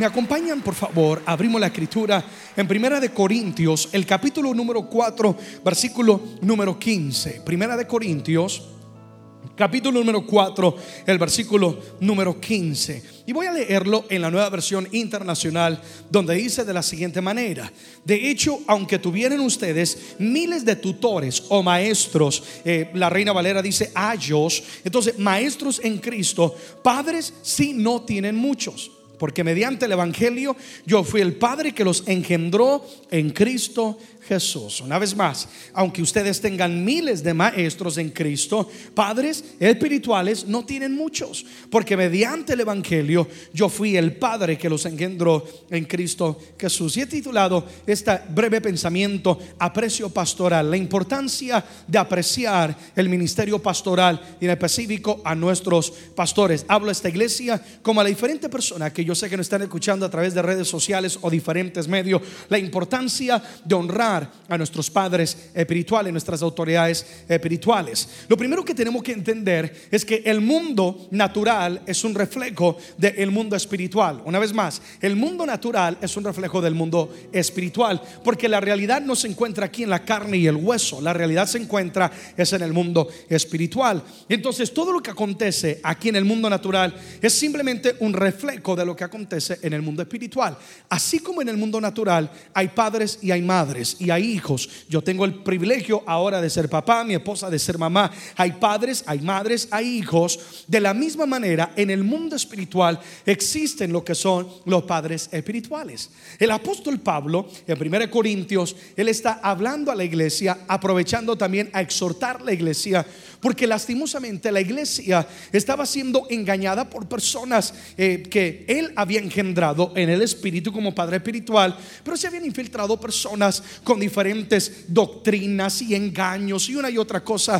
me acompañan, por favor, abrimos la escritura en Primera de Corintios, el capítulo número 4, versículo número 15. Primera de Corintios, capítulo número 4, el versículo número 15. Y voy a leerlo en la Nueva Versión Internacional, donde dice de la siguiente manera: de hecho, aunque tuvieran ustedes miles de tutores o maestros, la Reina Valera dice ayos, entonces maestros en Cristo, padres sí no tienen muchos, porque mediante el Evangelio yo fui el Padre que los engendró en Cristo Jesús. Una vez más, aunque ustedes tengan miles de maestros en Cristo, padres espirituales no tienen muchos, porque mediante el Evangelio yo fui el Padre que los engendró en Cristo Jesús. Y he titulado este breve pensamiento: aprecio pastoral, la importancia de apreciar el ministerio pastoral y en específico a nuestros pastores. Hablo a esta iglesia como a la diferente persona que yo sé que nos están escuchando a través de redes sociales o diferentes medios. La importancia de honrar a nuestros padres espirituales, nuestras autoridades espirituales. Lo primero que tenemos que entender es que el mundo natural es un reflejo del mundo espiritual. Una vez más, el mundo natural es un reflejo del mundo espiritual, porque la realidad no se encuentra aquí en la carne y el hueso. La realidad se encuentra es en el mundo espiritual. Entonces todo lo que acontece aquí en el mundo natural es simplemente un reflejo de lo que acontece en el mundo espiritual. Así como en el mundo natural hay padres y hay madres y hay hijos. Yo tengo el privilegio ahora de ser papá, mi esposa de ser mamá. Hay padres, hay madres, hay hijos. De la misma manera, en el mundo espiritual existen lo que son los padres espirituales. El apóstol Pablo en 1 Corintios, él está hablando a la iglesia, aprovechando también a exhortar a la iglesia, porque lastimosamente la iglesia estaba siendo engañada por personas que él había engendrado en el espíritu como padre espiritual, pero se habían infiltrado personas con diferentes doctrinas y engaños y una y otra cosa,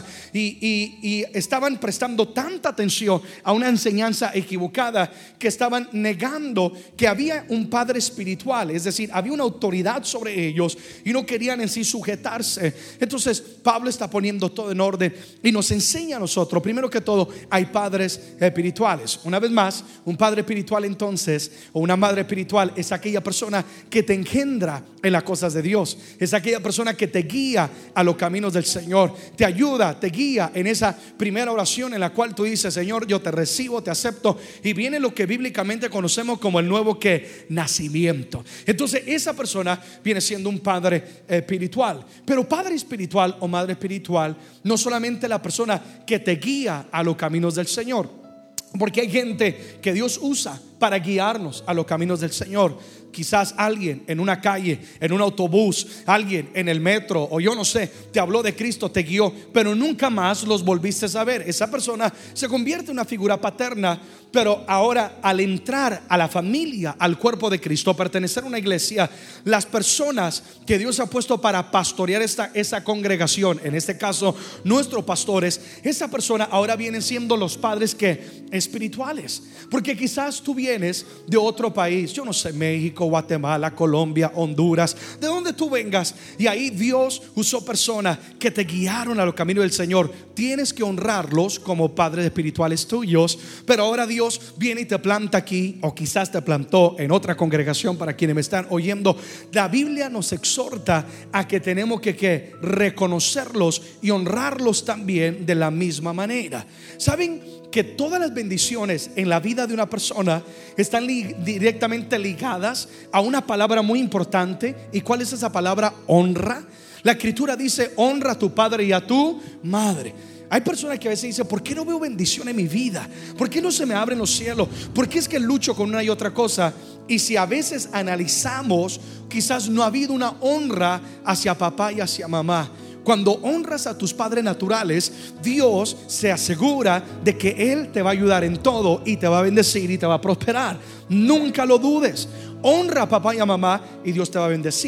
y estaban prestando tanta atención a una enseñanza equivocada que estaban negando que había un padre espiritual, es decir, había una autoridad sobre ellos y no querían en sí sujetarse. Entonces Pablo está poniendo todo en orden y nos enseña a nosotros, primero que todo, hay padres espirituales. Una vez más, un padre espiritual entonces, o una madre espiritual, es aquella persona que te engendra en las cosas de Dios, es aquella persona que te guía a los caminos del Señor, te ayuda, te guía en esa primera oración en la cual tú dices: Señor, yo te recibo, te acepto, y viene lo que bíblicamente conocemos como el nuevo nacimiento. Entonces esa persona viene siendo un padre espiritual. Pero padre espiritual o madre espiritual no solamente la persona que te guía a los caminos del Señor, porque hay gente que Dios usa para guiarnos a los caminos del Señor. Quizás alguien en una calle, en un autobús, alguien en el metro, o yo no sé, te habló de Cristo, te guió, pero nunca más los volviste a ver. Esa persona se convierte en una figura paterna, pero ahora al entrar a la familia, al cuerpo de Cristo, pertenecer a una iglesia, las personas que Dios ha puesto para pastorear esa congregación, en este caso nuestros pastores, esa persona ahora vienen siendo los padres espirituales. Porque quizás tú vienes de otro país, yo no sé, México, Guatemala, Colombia, Honduras, de donde tú vengas, y ahí Dios usó personas que te guiaron a los caminos del Señor. Tienes que honrarlos como padres espirituales tuyos. Pero ahora Dios viene y te planta aquí, o quizás te plantó en otra congregación. Para quienes me están oyendo, la Biblia nos exhorta a que tenemos que reconocerlos y honrarlos también de la misma manera. ¿Saben que todas las bendiciones en la vida de una persona están directamente ligadas a una palabra muy importante? ¿Y cuál es esa palabra? Honra. La escritura dice: honra a tu padre y a tu madre. Hay personas que a veces dicen: ¿por qué no veo bendición en mi vida? ¿Por qué no se me abren los cielos? ¿Por qué es que lucho con una y otra cosa? Y si a veces analizamos, quizás no ha habido una honra hacia papá y hacia mamá. Cuando honras a tus padres naturales, Dios se asegura de que Él te va a ayudar en todo y te va a bendecir y te va a prosperar. Nunca lo dudes. Honra a papá y a mamá y Dios te va a bendecir.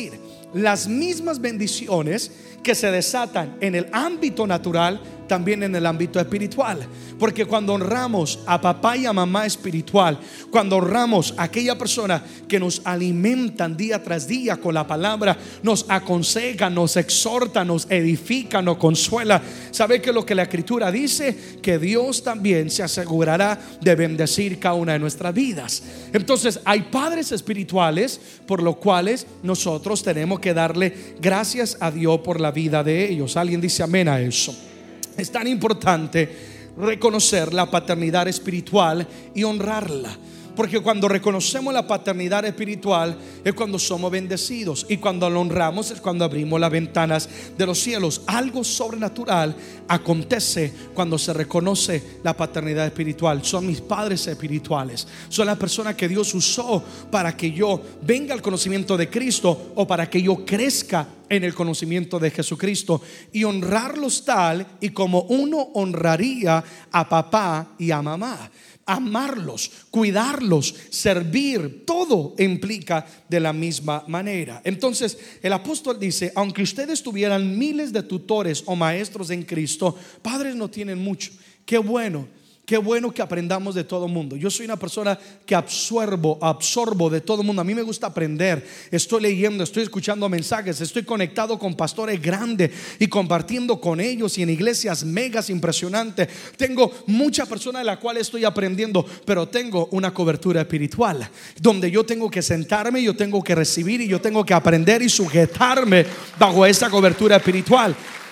las mismas bendiciones que se desatan en el ámbito natural, también en el ámbito espiritual. Porque cuando honramos a papá y a mamá espiritual, cuando honramos a aquella persona que nos alimentan día tras día con la palabra, nos aconseja, nos exhorta, nos edifica, nos consuela, ¿sabe que lo que la escritura dice? Que Dios también se asegurará de bendecir cada una de nuestras vidas. Entonces hay padres espirituales por los cuales nosotros tenemos que darle gracias a Dios por la vida de ellos. Alguien dice amén a eso. Es tan importante reconocer la paternidad espiritual y honrarla, porque cuando reconocemos la paternidad espiritual es cuando somos bendecidos, y cuando lo honramos es cuando abrimos las ventanas de los cielos. Algo sobrenatural acontece cuando se reconoce la paternidad espiritual. Son mis padres espirituales, son las personas que Dios usó para que yo venga al conocimiento de Cristo, o para que yo crezca en el conocimiento de Jesucristo, y honrarlos tal y como uno honraría a papá y a mamá. Amarlos, cuidarlos, servir, todo implica de la misma manera. Entonces el apóstol dice: aunque ustedes tuvieran miles de tutores o maestros en Cristo, padres no tienen mucho. Qué bueno que aprendamos de todo mundo. Yo soy una persona que absorbo de todo mundo. A mí me gusta aprender. Estoy leyendo, estoy escuchando mensajes, estoy conectado con pastores grandes y compartiendo con ellos, y en iglesias megas impresionantes. Tengo muchas personas de las cuales estoy aprendiendo, pero tengo una cobertura espiritual donde yo tengo que sentarme, yo tengo que recibir, y yo tengo que aprender y sujetarme bajo esa cobertura espiritual.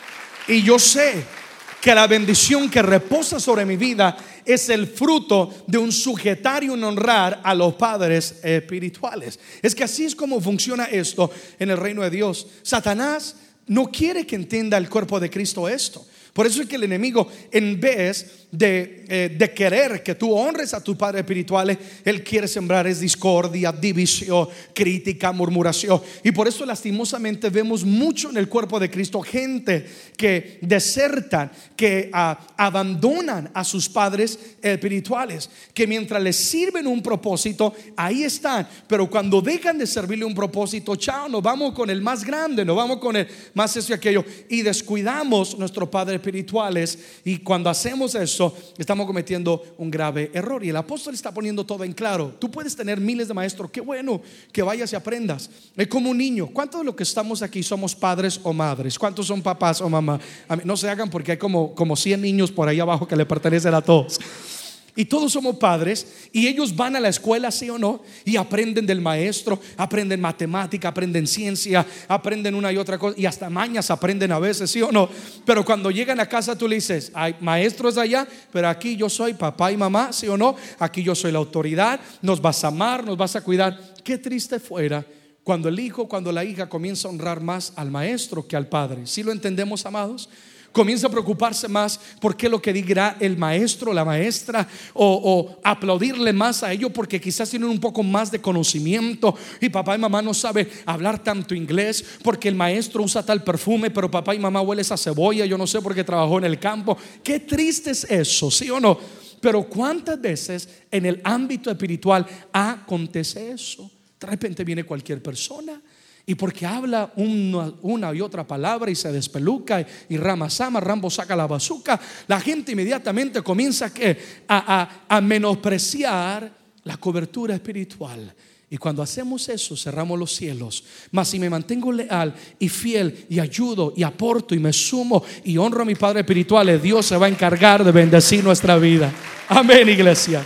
Y yo sé que la bendición que reposa sobre mi vida es el fruto de un sujetar y un honrar a los padres espirituales. Es que así es como funciona esto en el reino de Dios. Satanás no quiere que entienda el cuerpo de Cristo esto. Por eso es que el enemigo, en vez de querer que tú honres a tus padres espirituales, él quiere sembrar es discordia, división, crítica, murmuración. Y por eso lastimosamente vemos mucho en el cuerpo de Cristo gente que desertan, que abandonan a sus padres espirituales, que mientras les sirven un propósito, ahí están, pero cuando dejan de servirle un propósito, chao, nos vamos con el más grande, nos vamos con el más eso y aquello, y descuidamos nuestros padres espirituales. Y cuando hacemos eso, estamos cometiendo un grave error. Y el apóstol está poniendo todo en claro. Tú puedes tener miles de maestros, qué bueno que vayas y aprendas. Es como un niño. ¿Cuántos de los que estamos aquí somos padres o madres? ¿Cuántos son papás o mamá? No se hagan, porque hay como 100 niños por ahí abajo que le pertenecen a todos. Y todos somos padres, y ellos van a la escuela, sí o no, y aprenden del maestro, aprenden matemática, aprenden ciencia, aprenden una y otra cosa, y hasta mañas aprenden a veces, sí o no. Pero cuando llegan a casa tú le dices: hay maestros allá, pero aquí yo soy papá y mamá, sí o no. Aquí yo soy la autoridad, nos vas a amar, nos vas a cuidar. Qué triste fuera cuando el hijo, cuando la hija comienza a honrar más al maestro que al padre. ¿Sí lo entendemos, amados? Comienza a preocuparse más por qué lo que dirá el maestro, la maestra, o aplaudirle más a ellos porque quizás tienen un poco más de conocimiento, y papá y mamá no saben hablar tanto inglés porque el maestro usa tal perfume, pero papá y mamá huele esa cebolla, yo no sé, porque trabajó en el campo. Qué triste es eso, ¿sí o no? Pero cuántas veces en el ámbito espiritual acontece eso. De repente viene cualquier persona, y porque habla una y otra palabra y se despeluca, y Ramasama, Rambo saca la bazuca, la gente inmediatamente comienza a menospreciar la cobertura espiritual. Y cuando hacemos eso, cerramos los cielos. Mas si me mantengo leal y fiel, y ayudo y aporto y me sumo y honro a mis padres espirituales, Dios se va a encargar de bendecir nuestra vida. Amén, iglesia.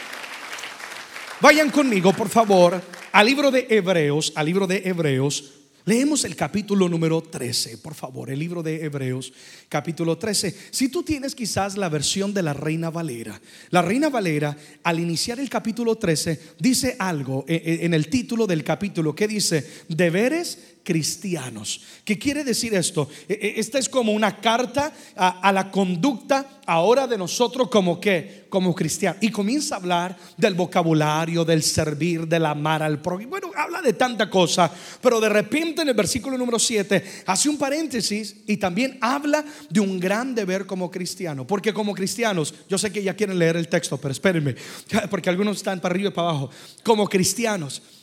Vayan conmigo, por favor, al libro de Hebreos. Leemos el capítulo número 13, por favor. El libro de Hebreos, capítulo 13. Si tú tienes quizás la versión de la Reina Valera, la Reina Valera, al iniciar el capítulo 13, dice algo en el título del capítulo que dice: deberes cristianos. ¿Qué quiere decir esto? Esta es como una carta a la conducta ahora de nosotros como cristianos. Y comienza a hablar del vocabulario, del servir, del amar al prójimo. Bueno, habla de tanta cosa, pero de repente en el versículo número 7 hace un paréntesis y también habla de un gran deber como cristiano. Porque como cristianos, yo sé que ya quieren leer el texto, pero espérenme, porque algunos están para arriba y para abajo. Como cristianos,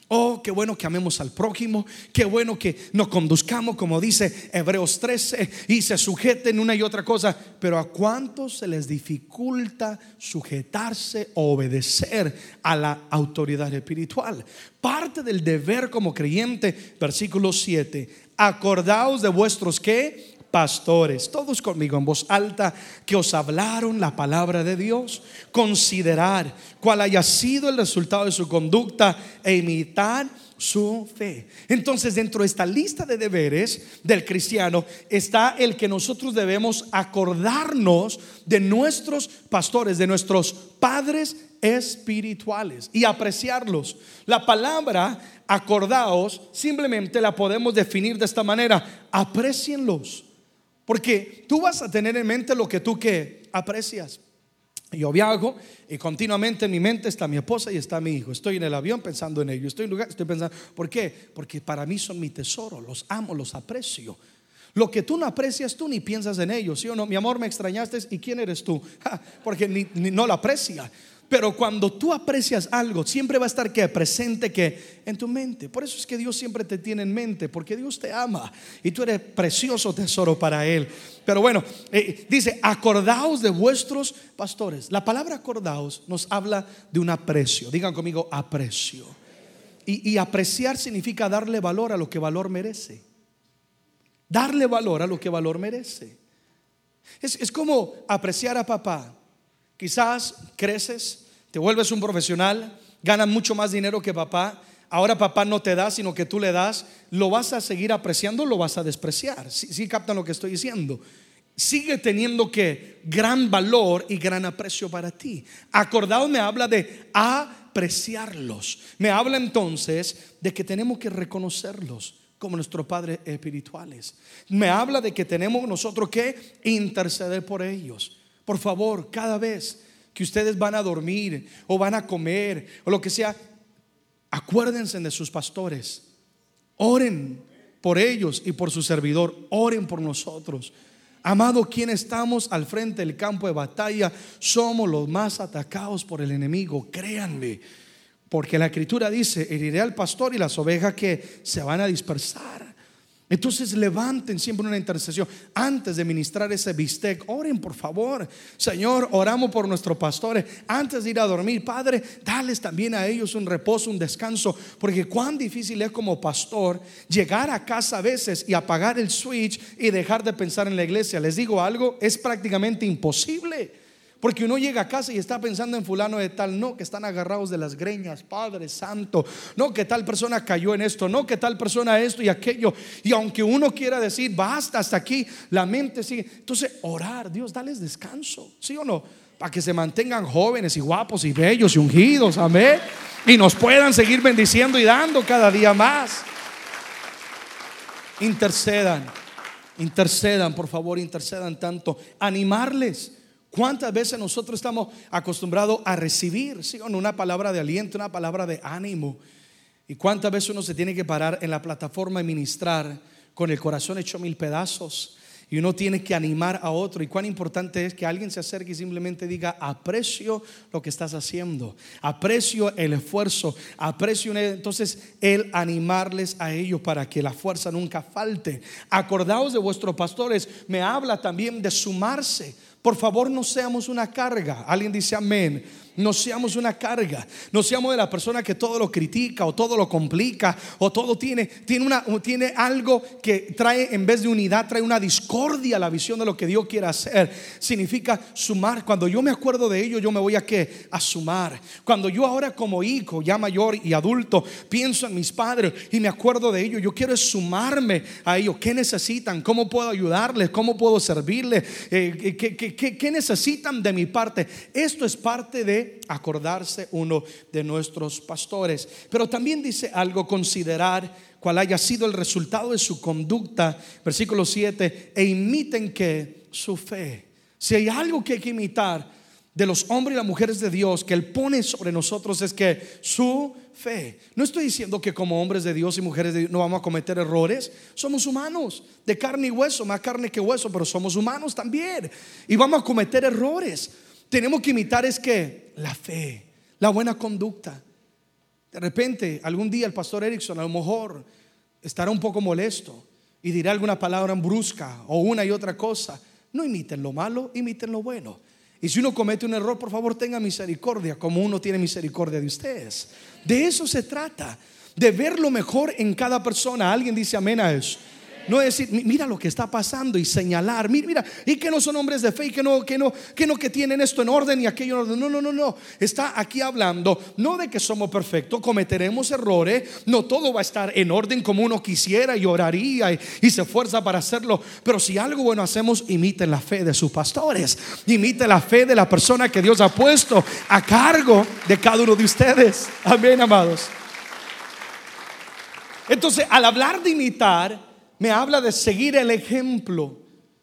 Oh, qué bueno que amemos al prójimo, qué bueno que nos conduzcamos como dice Hebreos 13 y se sujeten una y otra cosa. Pero ¿a cuántos se les dificulta sujetarse o obedecer a la autoridad espiritual? Parte del deber como creyente, versículo 7: acordaos de vuestros ¿qué? Pastores, todos conmigo en voz alta, que os hablaron la palabra de Dios. Considerar cuál haya sido el resultado de su conducta e imitar su fe. Entonces, dentro de esta lista de deberes del cristiano está el que nosotros debemos acordarnos de nuestros pastores, de nuestros padres espirituales, y apreciarlos. La palabra acordaos simplemente la podemos definir de esta manera: aprécienlos. Porque tú vas a tener en mente lo que tú que aprecias. Yo viajo y continuamente en mi mente está mi esposa y está mi hijo. Estoy en el avión pensando en ellos. Estoy en lugar, estoy pensando. ¿Por qué? Porque para mí son mi tesoro. Los amo, los aprecio. Lo que tú no aprecias, tú ni piensas en ellos, ¿sí o no? Mi amor, me extrañaste. ¿Y quién eres tú? Porque no lo aprecia. Pero cuando tú aprecias algo, siempre va a estar ¿qué? Presente ¿qué? En tu mente. Por eso es que Dios siempre te tiene en mente, porque Dios te ama y tú eres precioso tesoro para Él. Pero bueno, dice: acordaos de vuestros pastores. La palabra acordaos nos habla de un aprecio. Digan conmigo: aprecio. Y apreciar significa darle valor a lo que valor merece. Darle valor a lo que valor merece. Es como apreciar a papá. Quizás creces, te vuelves un profesional, ganas mucho más dinero que papá. Ahora papá no te da, sino que tú le das. ¿Lo vas a seguir apreciando o lo vas a despreciar? ¿Sí captan lo que estoy diciendo? Sigue teniendo que gran valor y gran aprecio para ti. Acordaos me habla de apreciarlos. Me habla entonces de que tenemos que reconocerlos como nuestros padres espirituales. Me habla de que tenemos nosotros que interceder por ellos. Por favor, cada vez que ustedes van a dormir o van a comer o lo que sea, acuérdense de sus pastores. Oren por ellos y por su servidor. Oren por nosotros. Amado, quienes estamos al frente del campo de batalla somos los más atacados por el enemigo. Créanme, porque la escritura dice: heriré al pastor y las ovejas que se van a dispersar. Entonces levanten siempre una intercesión antes de ministrar ese bistec. Oren por favor. Señor, oramos por nuestros pastores antes de ir a dormir. Padre, dales también a ellos un reposo, un descanso. Porque cuán difícil es como pastor llegar a casa a veces y apagar el switch y dejar de pensar en la iglesia. Les digo algo, es prácticamente imposible. Porque uno llega a casa y está pensando en fulano de tal. No, que están agarrados de las greñas, Padre Santo. No, que tal persona cayó en esto. No, que tal persona esto y aquello. Y aunque uno quiera decir basta, hasta aquí, la mente sigue. Entonces orar: Dios, dales descanso, ¿sí o no? Para que se mantengan jóvenes y guapos y bellos y ungidos, amén. Y nos puedan seguir bendiciendo y dando cada día más. Intercedan, por favor, intercedan tanto. Animarles. ¿Cuántas veces nosotros estamos acostumbrados a recibir, ¿sí o no?, una palabra de aliento, una palabra de ánimo? ¿Y cuántas veces uno se tiene que parar en la plataforma y ministrar con el corazón hecho mil pedazos? Y uno tiene que animar a otro. Y cuán importante es que alguien se acerque y simplemente diga: aprecio lo que estás haciendo, aprecio el esfuerzo, aprecio. Entonces el animarles a ellos para que la fuerza nunca falte. Acordaos de vuestros pastores. Me habla también de sumarse. Por favor, no seamos una carga. Alguien dice amén. No seamos una carga. No seamos de la persona que todo lo critica o todo lo complica o todo tiene algo que trae, en vez de unidad, trae una discordia a la visión de lo que Dios quiere hacer. Significa sumar. Cuando yo me acuerdo de ello, yo me voy a sumar. Cuando yo ahora como hijo ya mayor y adulto pienso en mis padres y me acuerdo de ello, yo quiero sumarme a ellos. ¿Qué necesitan? ¿Cómo puedo ayudarles? ¿Cómo puedo servirles? ¿Qué necesitan de mi parte? Esto es parte de acordarse uno de nuestros pastores. Pero también dice algo: considerar cuál haya sido el resultado de su conducta. Versículo 7: e imiten que su fe. Si hay algo que hay que imitar de los hombres y las mujeres de Dios que Él pone sobre nosotros, es que su fe. No estoy diciendo que como hombres de Dios y mujeres de Dios no vamos a cometer errores. Somos humanos, de carne y hueso, más carne que hueso, pero somos humanos también y vamos a cometer errores. Tenemos que imitar es que la fe, la buena conducta. De repente, algún día el pastor Erickson a lo mejor estará un poco molesto y dirá alguna palabra brusca o una y otra cosa. No imiten lo malo, imiten lo bueno. Y si uno comete un error, por favor tenga misericordia, como uno tiene misericordia de ustedes. De eso se trata, de ver lo mejor en cada persona. Alguien dice amén a eso. No es decir, mira lo que está pasando y señalar, mira, y que no son hombres de fe, y que tienen esto en orden y aquello en orden. No. Está aquí hablando no de que somos perfectos, cometeremos errores, no todo va a estar en orden como uno quisiera y oraría y se esfuerza para hacerlo. Pero si algo bueno hacemos, imiten la fe de sus pastores, imiten la fe de la persona que Dios ha puesto a cargo de cada uno de ustedes. Amén, amados. Entonces, al hablar de imitar, me habla de seguir el ejemplo,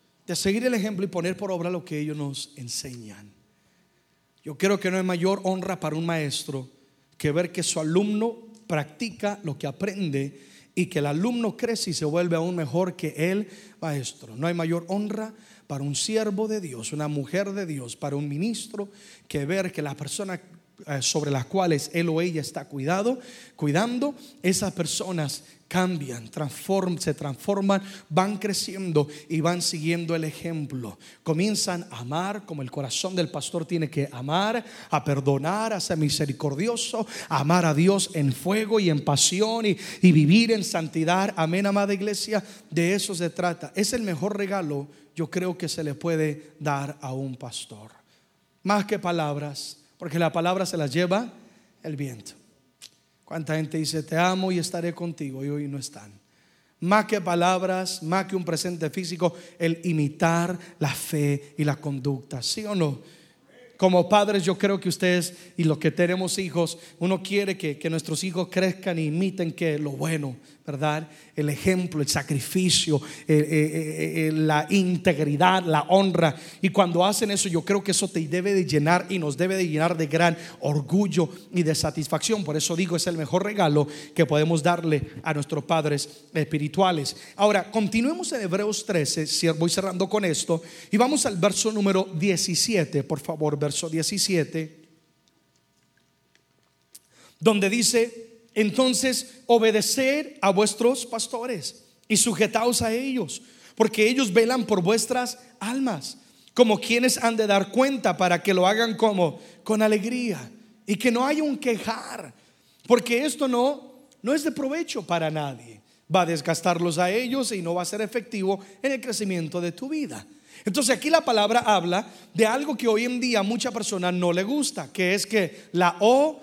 y poner por obra lo que ellos nos enseñan. Yo creo que no hay mayor honra para un maestro que ver que su alumno practica lo que aprende y que el alumno crece y se vuelve aún mejor que el maestro. No hay mayor honra para un siervo de Dios, una mujer de Dios, para un ministro, que ver que la persona sobre las cuales él o ella está cuidando, esas personas cambian, se transforman, van creciendo y van siguiendo el ejemplo. Comienzan a amar como el corazón del pastor tiene que amar, a perdonar, a ser misericordioso, a amar a Dios en fuego y en pasión y vivir en santidad. Amén, amada iglesia. De eso se trata. Es el mejor regalo, yo creo, que se le puede dar a un pastor. Más que palabras, porque la palabra se las lleva el viento. ¿Cuánta gente dice te amo y estaré contigo y hoy no están? Más que palabras, más que un presente físico, el imitar la fe y la conducta. ¿Sí o no? Como padres, yo creo que ustedes y los que tenemos hijos, uno quiere que nuestros hijos crezcan e imiten que lo bueno, ¿verdad? El ejemplo, el sacrificio, la integridad, la honra. Y cuando hacen eso, yo creo que eso te debe de llenar y nos debe de llenar de gran orgullo y de satisfacción. Por eso digo, es el mejor regalo que podemos darle a nuestros padres espirituales. Ahora, continuemos en Hebreos 13. Voy cerrando con esto y vamos al verso número 17, por favor, verso 17, donde dice: entonces obedeced a vuestros pastores y sujetaos a ellos, porque ellos velan por vuestras almas, como quienes han de dar cuenta, para que lo hagan como con alegría y que no haya un quejar, porque esto no es de provecho para nadie. Va a desgastarlos a ellos y no va a ser efectivo en el crecimiento de tu vida. Entonces aquí la palabra habla de algo que hoy en día a muchas personas no le gusta, que es que la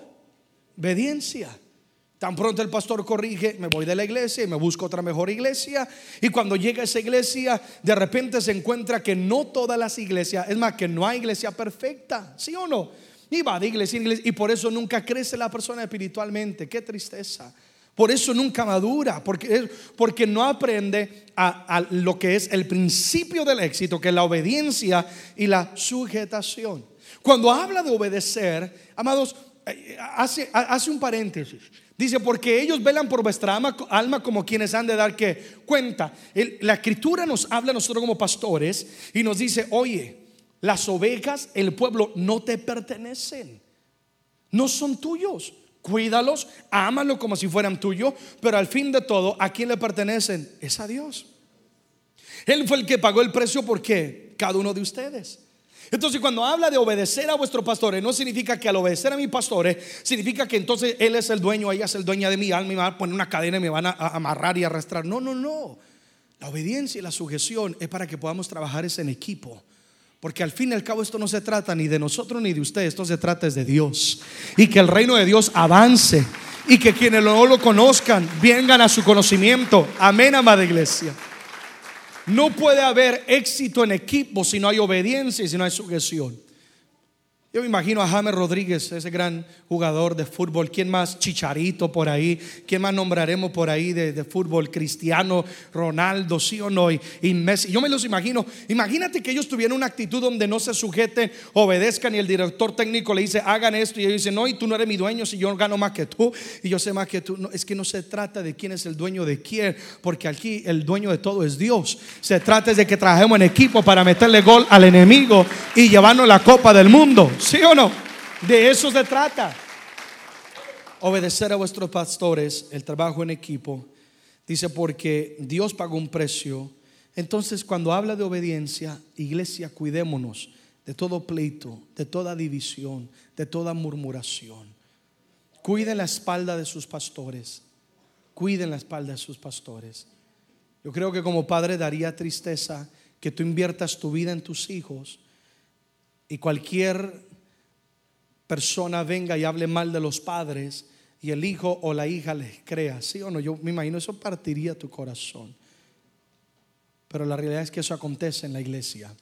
obediencia. Tan pronto el pastor corrige, me voy de la iglesia y me busco otra mejor iglesia. Y cuando llega a esa iglesia, de repente se encuentra que no todas las iglesias, es más, que no hay iglesia perfecta, ¿sí o no? Y va de iglesia en iglesia, y por eso nunca crece la persona espiritualmente. Qué tristeza. Por eso nunca madura, porque no aprende a lo que es el principio del éxito, que es la obediencia y la sujetación. Cuando habla de obedecer, amados, hace un paréntesis. Dice: porque ellos velan por vuestra alma, como quienes han de dar ¿qué? Cuenta. La escritura nos habla a nosotros como pastores y nos dice: oye, las ovejas, el pueblo, no te pertenecen, no son tuyos. Cuídalos, ámalos como si fueran tuyos, pero al fin de todo, ¿a quién le pertenecen? Es a Dios. Él fue el que pagó el precio por ¿qué? Cada uno de ustedes. Entonces, cuando habla de obedecer a vuestros pastores, no significa que al obedecer a mis pastores significa que entonces él es el dueño, ella es el dueña de mi alma y me van a poner una cadena y me van a amarrar y arrastrar. No. La obediencia y la sujeción es para que podamos trabajar en equipo. Porque al fin y al cabo esto no se trata ni de nosotros ni de ustedes, esto se trata de Dios. Y que el reino de Dios avance y que quienes no lo conozcan vengan a su conocimiento. Amén, amada iglesia. No puede haber éxito en equipo si no hay obediencia y si no hay sujeción. Yo me imagino a James Rodríguez, ese gran jugador de fútbol. ¿Quién más? Chicharito por ahí. ¿Quién más nombraremos por ahí de fútbol? Cristiano Ronaldo, ¿sí o no? Y Messi. Yo me los imagino. Imagínate que ellos tuvieran una actitud donde no se sujeten, obedezcan, y el director técnico le dice: hagan esto, y ellos dicen: no, y tú no eres mi dueño si yo gano más que tú y yo sé más que tú. No, es que no se trata de quién es el dueño de quién, porque aquí el dueño de todo es Dios. Se trata de que trabajemos en equipo para meterle gol al enemigo y llevarnos la copa del mundo. ¿Sí o no? De eso se trata. Obedecer a vuestros pastores, el trabajo en equipo. Dice, porque Dios pagó un precio. Entonces, cuando habla de obediencia, iglesia, cuidémonos de todo pleito, de toda división, de toda murmuración. Cuiden la espalda de sus pastores. Cuiden la espalda de sus pastores. Yo creo que como padre daría tristeza que tú inviertas tu vida en tus hijos y cualquier persona venga y hable mal de los padres y el hijo o la hija les crea, ¿sí o no? Yo me imagino eso partiría tu corazón. Pero la realidad es que eso acontece en la iglesia.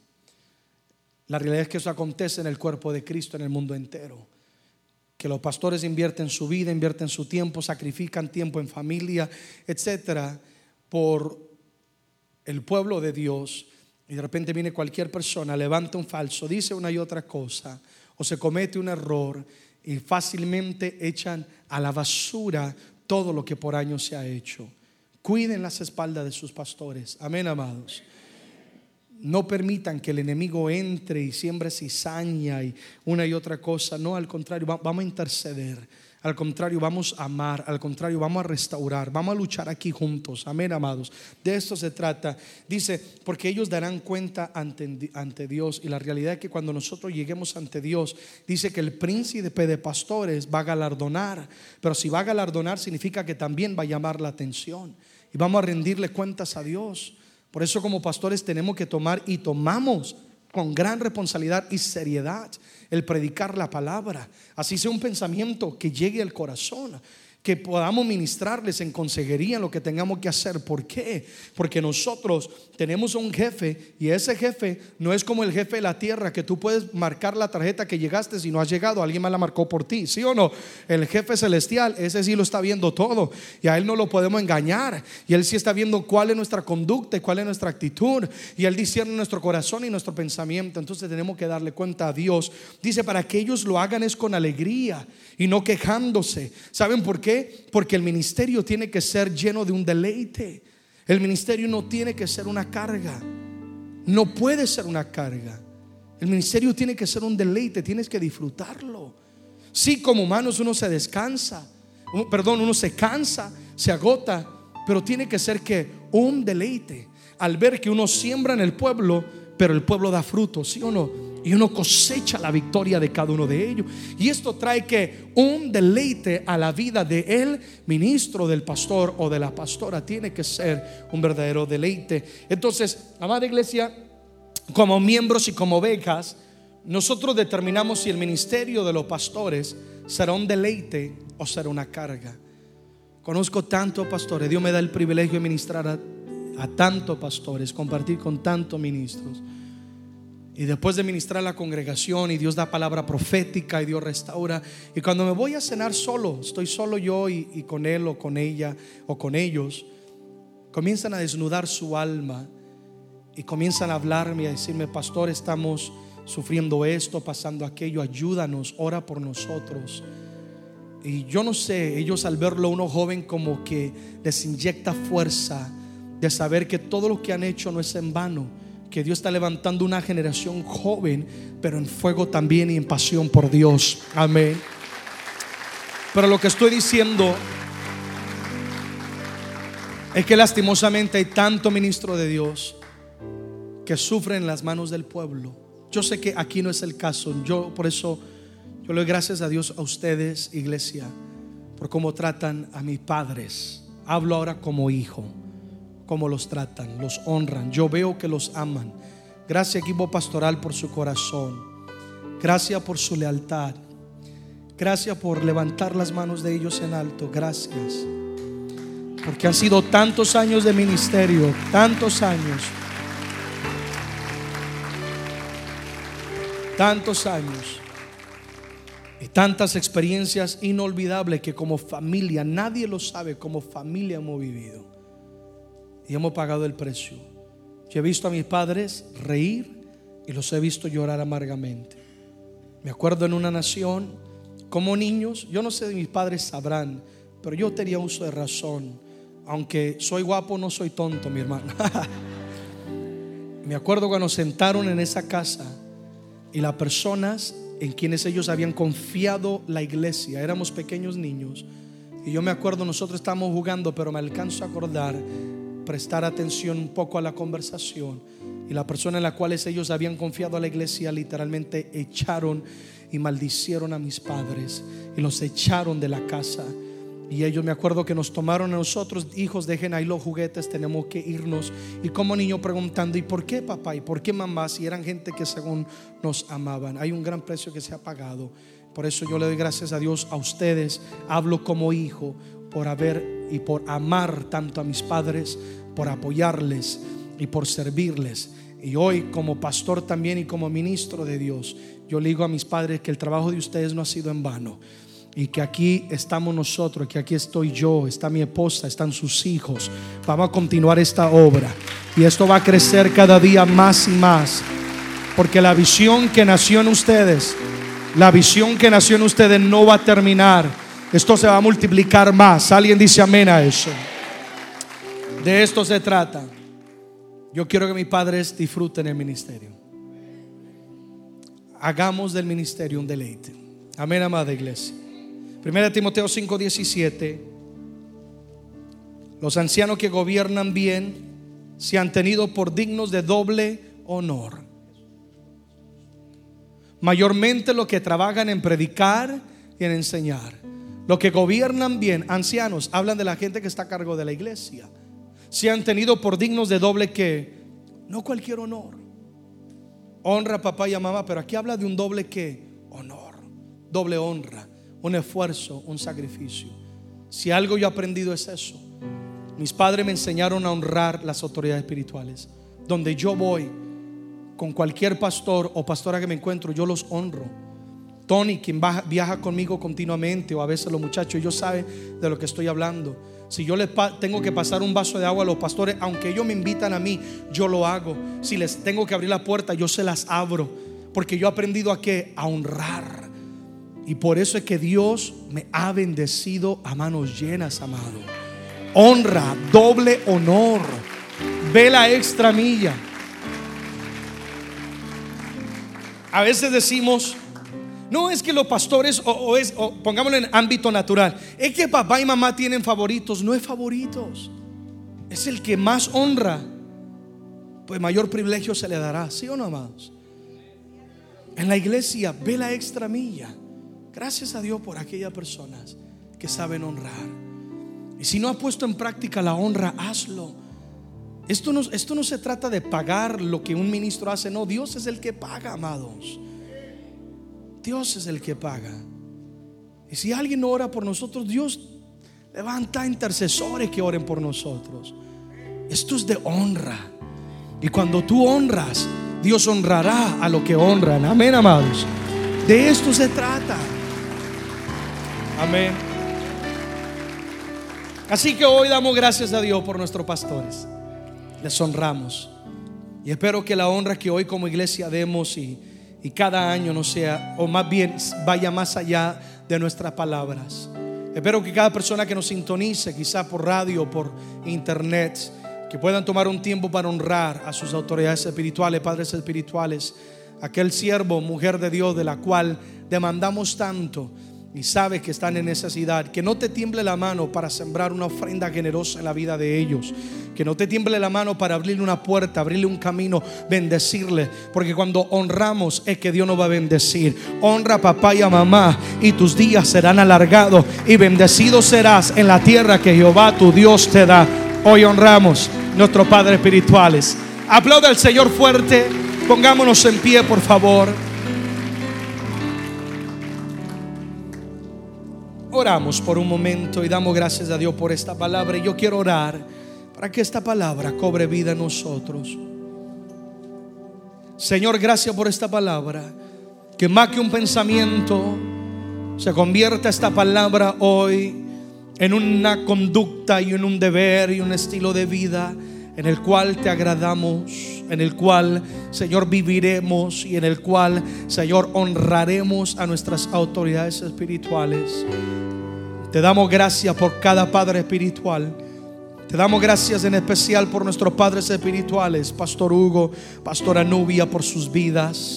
La realidad es que eso acontece en el cuerpo de Cristo, en el mundo entero. Que los pastores invierten su vida, invierten su tiempo, sacrifican tiempo en familia, etcétera, por el pueblo de Dios. Y de repente viene cualquier persona, levanta un falso, dice una y otra cosa, o se comete un error y fácilmente echan a la basura todo lo que por años se ha hecho. Cuiden las espaldas de sus pastores. Amén, amados. No permitan que el enemigo entre y siembre cizaña y una y otra cosa. No, al contrario, vamos a interceder. Al contrario, vamos a amar. Al contrario, vamos a restaurar. Vamos a luchar aquí juntos. Amén, amados. De esto se trata. Dice, porque ellos darán cuenta ante Dios. Y la realidad es que cuando nosotros lleguemos ante Dios, dice que el príncipe de pastores va a galardonar. Pero si va a galardonar, significa que también va a llamar la atención. Y vamos a rendirle cuentas a Dios. Por eso como pastores tenemos que tomar y tomamos con gran responsabilidad y seriedad el predicar la palabra. Así sea un pensamiento que llegue al corazón, que podamos ministrarles en consejería en lo que tengamos que hacer. ¿Por qué? Porque nosotros tenemos un jefe y ese jefe no es como el jefe de la tierra, que tú puedes marcar la tarjeta que llegaste si no has llegado, alguien más la marcó por ti, ¿sí o no? El jefe celestial, ese sí lo está viendo todo y a él no lo podemos engañar, y él sí está viendo cuál es nuestra conducta y cuál es nuestra actitud, y él discierne nuestro corazón y nuestro pensamiento. Entonces tenemos que darle cuenta a Dios. Dice, para que ellos lo hagan es con alegría y no quejándose. ¿Saben por qué? Porque el ministerio tiene que ser lleno de un deleite. El ministerio no tiene que ser una carga. No puede ser una carga. El ministerio tiene que ser un deleite. Tienes que disfrutarlo. Sí, como humanos uno se descansa, uno se cansa, se agota, pero tiene que ser que un deleite al ver que uno siembra en el pueblo, pero el pueblo da fruto, ¿sí o no? Y uno cosecha la victoria de cada uno de ellos. Y esto trae que un deleite a la vida de el ministro, del pastor o de la pastora. Tiene que ser un verdadero deleite. Entonces, amada iglesia, como miembros y como ovejas, nosotros determinamos si el ministerio de los pastores será un deleite o será una carga. Conozco tantos pastores. Dios me da el privilegio de ministrar a tantos pastores, compartir con tantos ministros. Y después de ministrar a la congregación y Dios da palabra profética y Dios restaura, y cuando me voy a cenar solo, estoy solo yo y con él o con ella o con ellos, comienzan a desnudar su alma y comienzan a hablarme y a decirme: pastor, estamos sufriendo esto, pasando aquello, ayúdanos, ora por nosotros. Y yo no sé, ellos al verlo uno joven como que les inyecta fuerza de saber que todo lo que han hecho no es en vano, que Dios está levantando una generación joven, pero en fuego también y en pasión por Dios. Amén. Pero lo que estoy diciendo es que lastimosamente hay tanto ministro de Dios que sufren en las manos del pueblo. Yo sé que aquí no es el caso. Por eso yo le doy gracias a Dios, a ustedes, iglesia, por cómo tratan a mis padres. Hablo ahora como hijo. Cómo los tratan, los honran. Yo veo que los aman. Gracias, equipo pastoral, por su corazón. Gracias por su lealtad. Gracias por levantar las manos de ellos en alto. Gracias, porque han sido tantos años de ministerio, tantos años, y tantas experiencias inolvidables que como familia, nadie lo sabe, como familia hemos vivido. Y hemos pagado el precio. Yo he visto a mis padres reír y los he visto llorar amargamente. Me acuerdo en una nación, como niños, yo no sé si mis padres sabrán, pero yo tenía uso de razón. Aunque soy guapo, no soy tonto, mi hermano. Me acuerdo cuando sentaron en esa casa y las personas en quienes ellos habían confiado la iglesia. Éramos pequeños niños y yo me acuerdo, nosotros estábamos jugando, pero me alcanzo a acordar, prestar atención un poco a la conversación, y la persona en la cual ellos habían confiado a la iglesia literalmente echaron y maldicieron a mis padres y los echaron de la casa. Y ellos, me acuerdo que nos tomaron a nosotros: hijos, dejen ahí los juguetes, tenemos que irnos. Y como niño preguntando: ¿y por qué papá? ¿Y por qué mamá? Si eran gente que según nos amaban. Hay un gran precio que se ha pagado. Por eso yo le doy gracias a Dios a ustedes. Hablo como hijo por haber y por amar tanto a mis padres, por apoyarles y por servirles. Y hoy como pastor también y como ministro de Dios, yo le digo a mis padres que el trabajo de ustedes no ha sido en vano, y que aquí estamos nosotros, que aquí estoy yo, está mi esposa, están sus hijos. Vamos a continuar esta obra y esto va a crecer cada día más y más, porque la visión que nació en ustedes, no va a terminar. Esto se va a multiplicar más. Alguien dice amén a eso. De esto se trata. Yo quiero que mis padres disfruten el ministerio. Hagamos del ministerio un deleite. Amén, amada iglesia. 1 Timoteo 5:17. Los ancianos que gobiernan bien se han tenido por dignos de doble honor, mayormente los que trabajan en predicar y en enseñar. Los que gobiernan bien, ancianos, hablan de la gente que está a cargo de la iglesia. Se han tenido por dignos de doble, que no cualquier honor. Honra a papá y a mamá, pero aquí habla de un doble que honor, doble honra, un esfuerzo, un sacrificio. Si algo yo he aprendido es eso. Mis padres me enseñaron a honrar las autoridades espirituales. Donde yo voy, con cualquier pastor o pastora que me encuentro, yo los honro. Tony, quien viaja conmigo continuamente, o a veces los muchachos, ellos saben de lo que estoy hablando. Si yo les tengo que pasar un vaso de agua a los pastores, aunque ellos me invitan a mí, yo lo hago. Si les tengo que abrir la puerta, yo se las abro, porque yo he aprendido a honrar. Y por eso es que Dios me ha bendecido a manos llenas, amado. Honra, doble honor. Ve la extra milla. A veces decimos: no, es que los pastores o pongámoslo en ámbito natural, es que papá y mamá tienen favoritos. No es favoritos, es el que más honra, pues mayor privilegio se le dará. ¿Sí o no, amados? En la iglesia, ve la extra milla. Gracias a Dios por aquellas personas que saben honrar. Y si no has puesto en práctica la honra, hazlo. Esto no se trata de pagar lo que un ministro hace. No, Dios es el que paga, amados. Dios es el que paga. Y si alguien no ora por nosotros, Dios levanta intercesores que oren por nosotros. Esto es de honra. Y cuando tú honras, Dios honrará a los que honran. Amén, amados. De esto se trata. Amén. Así que hoy damos gracias a Dios por nuestros pastores. Les honramos. Y espero que la honra que hoy como iglesia demos y cada año no sea, o más bien vaya más allá de nuestras palabras. Espero que cada persona que nos sintonice, quizá por radio o por internet, que puedan tomar un tiempo para honrar a sus autoridades espirituales, padres espirituales, aquel siervo, mujer de Dios de la cual demandamos tanto y sabes que están en necesidad. Que no te tiemble la mano para sembrar una ofrenda generosa en la vida de ellos. Que no te tiemble la mano para abrirle una puerta, abrirle un camino, bendecirle. Porque cuando honramos es que Dios nos va a bendecir. Honra a papá y a mamá y tus días serán alargados y bendecido serás en la tierra que Jehová tu Dios te da. Hoy honramos a nuestros padres espirituales. Aplauda al Señor fuerte. Pongámonos en pie, por favor. Oramos por un momento y damos gracias a Dios por esta palabra. Y yo quiero orar para que esta palabra cobre vida en nosotros. Señor, gracias por esta palabra. Que más que un pensamiento, se convierta esta palabra hoy en una conducta y en un deber y un estilo de vida en el cual te agradamos, en el cual, Señor, viviremos y en el cual, Señor, honraremos a nuestras autoridades espirituales. Te damos gracias por cada padre espiritual. Te damos gracias en especial por nuestros padres espirituales, Pastor Hugo, Pastora Nubia, por sus vidas.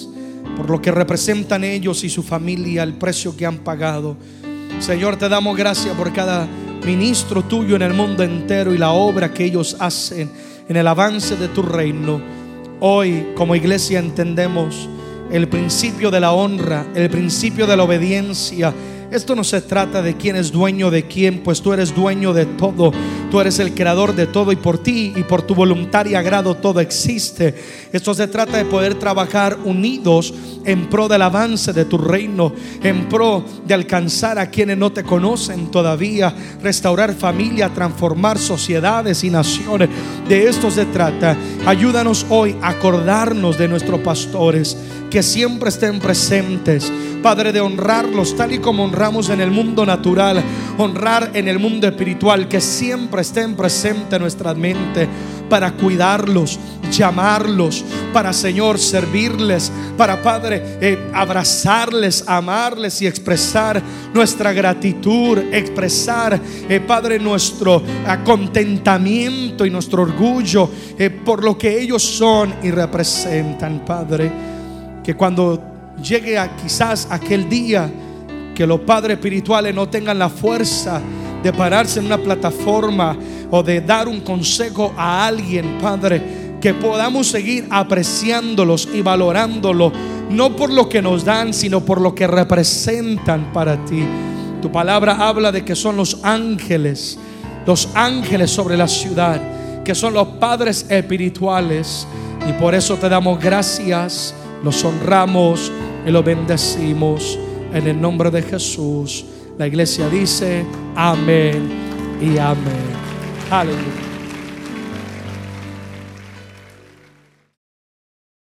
por lo que representan ellos y su familia, el precio que han pagado. Señor, te damos gracias por cada ministro tuyo en el mundo entero y la obra que ellos hacen en el avance de tu reino. Hoy como iglesia entendemos el principio de la honra, el principio de la obediencia. Esto no se trata de quién es dueño de quién, pues tú eres dueño de todo. Tú eres el creador de todo y por ti y por tu voluntad y agrado todo existe. Esto se trata de poder trabajar unidos en pro del avance de tu reino, en pro de alcanzar a quienes no te conocen todavía, restaurar familia, transformar sociedades y naciones. De esto se trata. Ayúdanos hoy a acordarnos de nuestros pastores, que siempre estén presentes, Padre, de honrarlos tal y como honramos en el mundo natural, honrar en el mundo espiritual, que siempre estén presentes en nuestra mente para cuidarlos, llamarlos, para, Señor, servirles, para, Padre, abrazarles, amarles y expresar nuestra gratitud, expresar, Padre, nuestro contentamiento y nuestro orgullo por lo que ellos son y representan, Padre. Que cuando llegue quizás aquel día que los padres espirituales no tengan la fuerza de pararse en una plataforma o de dar un consejo a alguien, Padre, que podamos seguir apreciándolos y valorándolos, no por lo que nos dan, sino por lo que representan para ti. Tu palabra habla de que son los ángeles sobre la ciudad, que son los padres espirituales, y por eso te damos gracias, los honramos y los bendecimos en el nombre de Jesús. La iglesia dice amén y amén. Aleluya.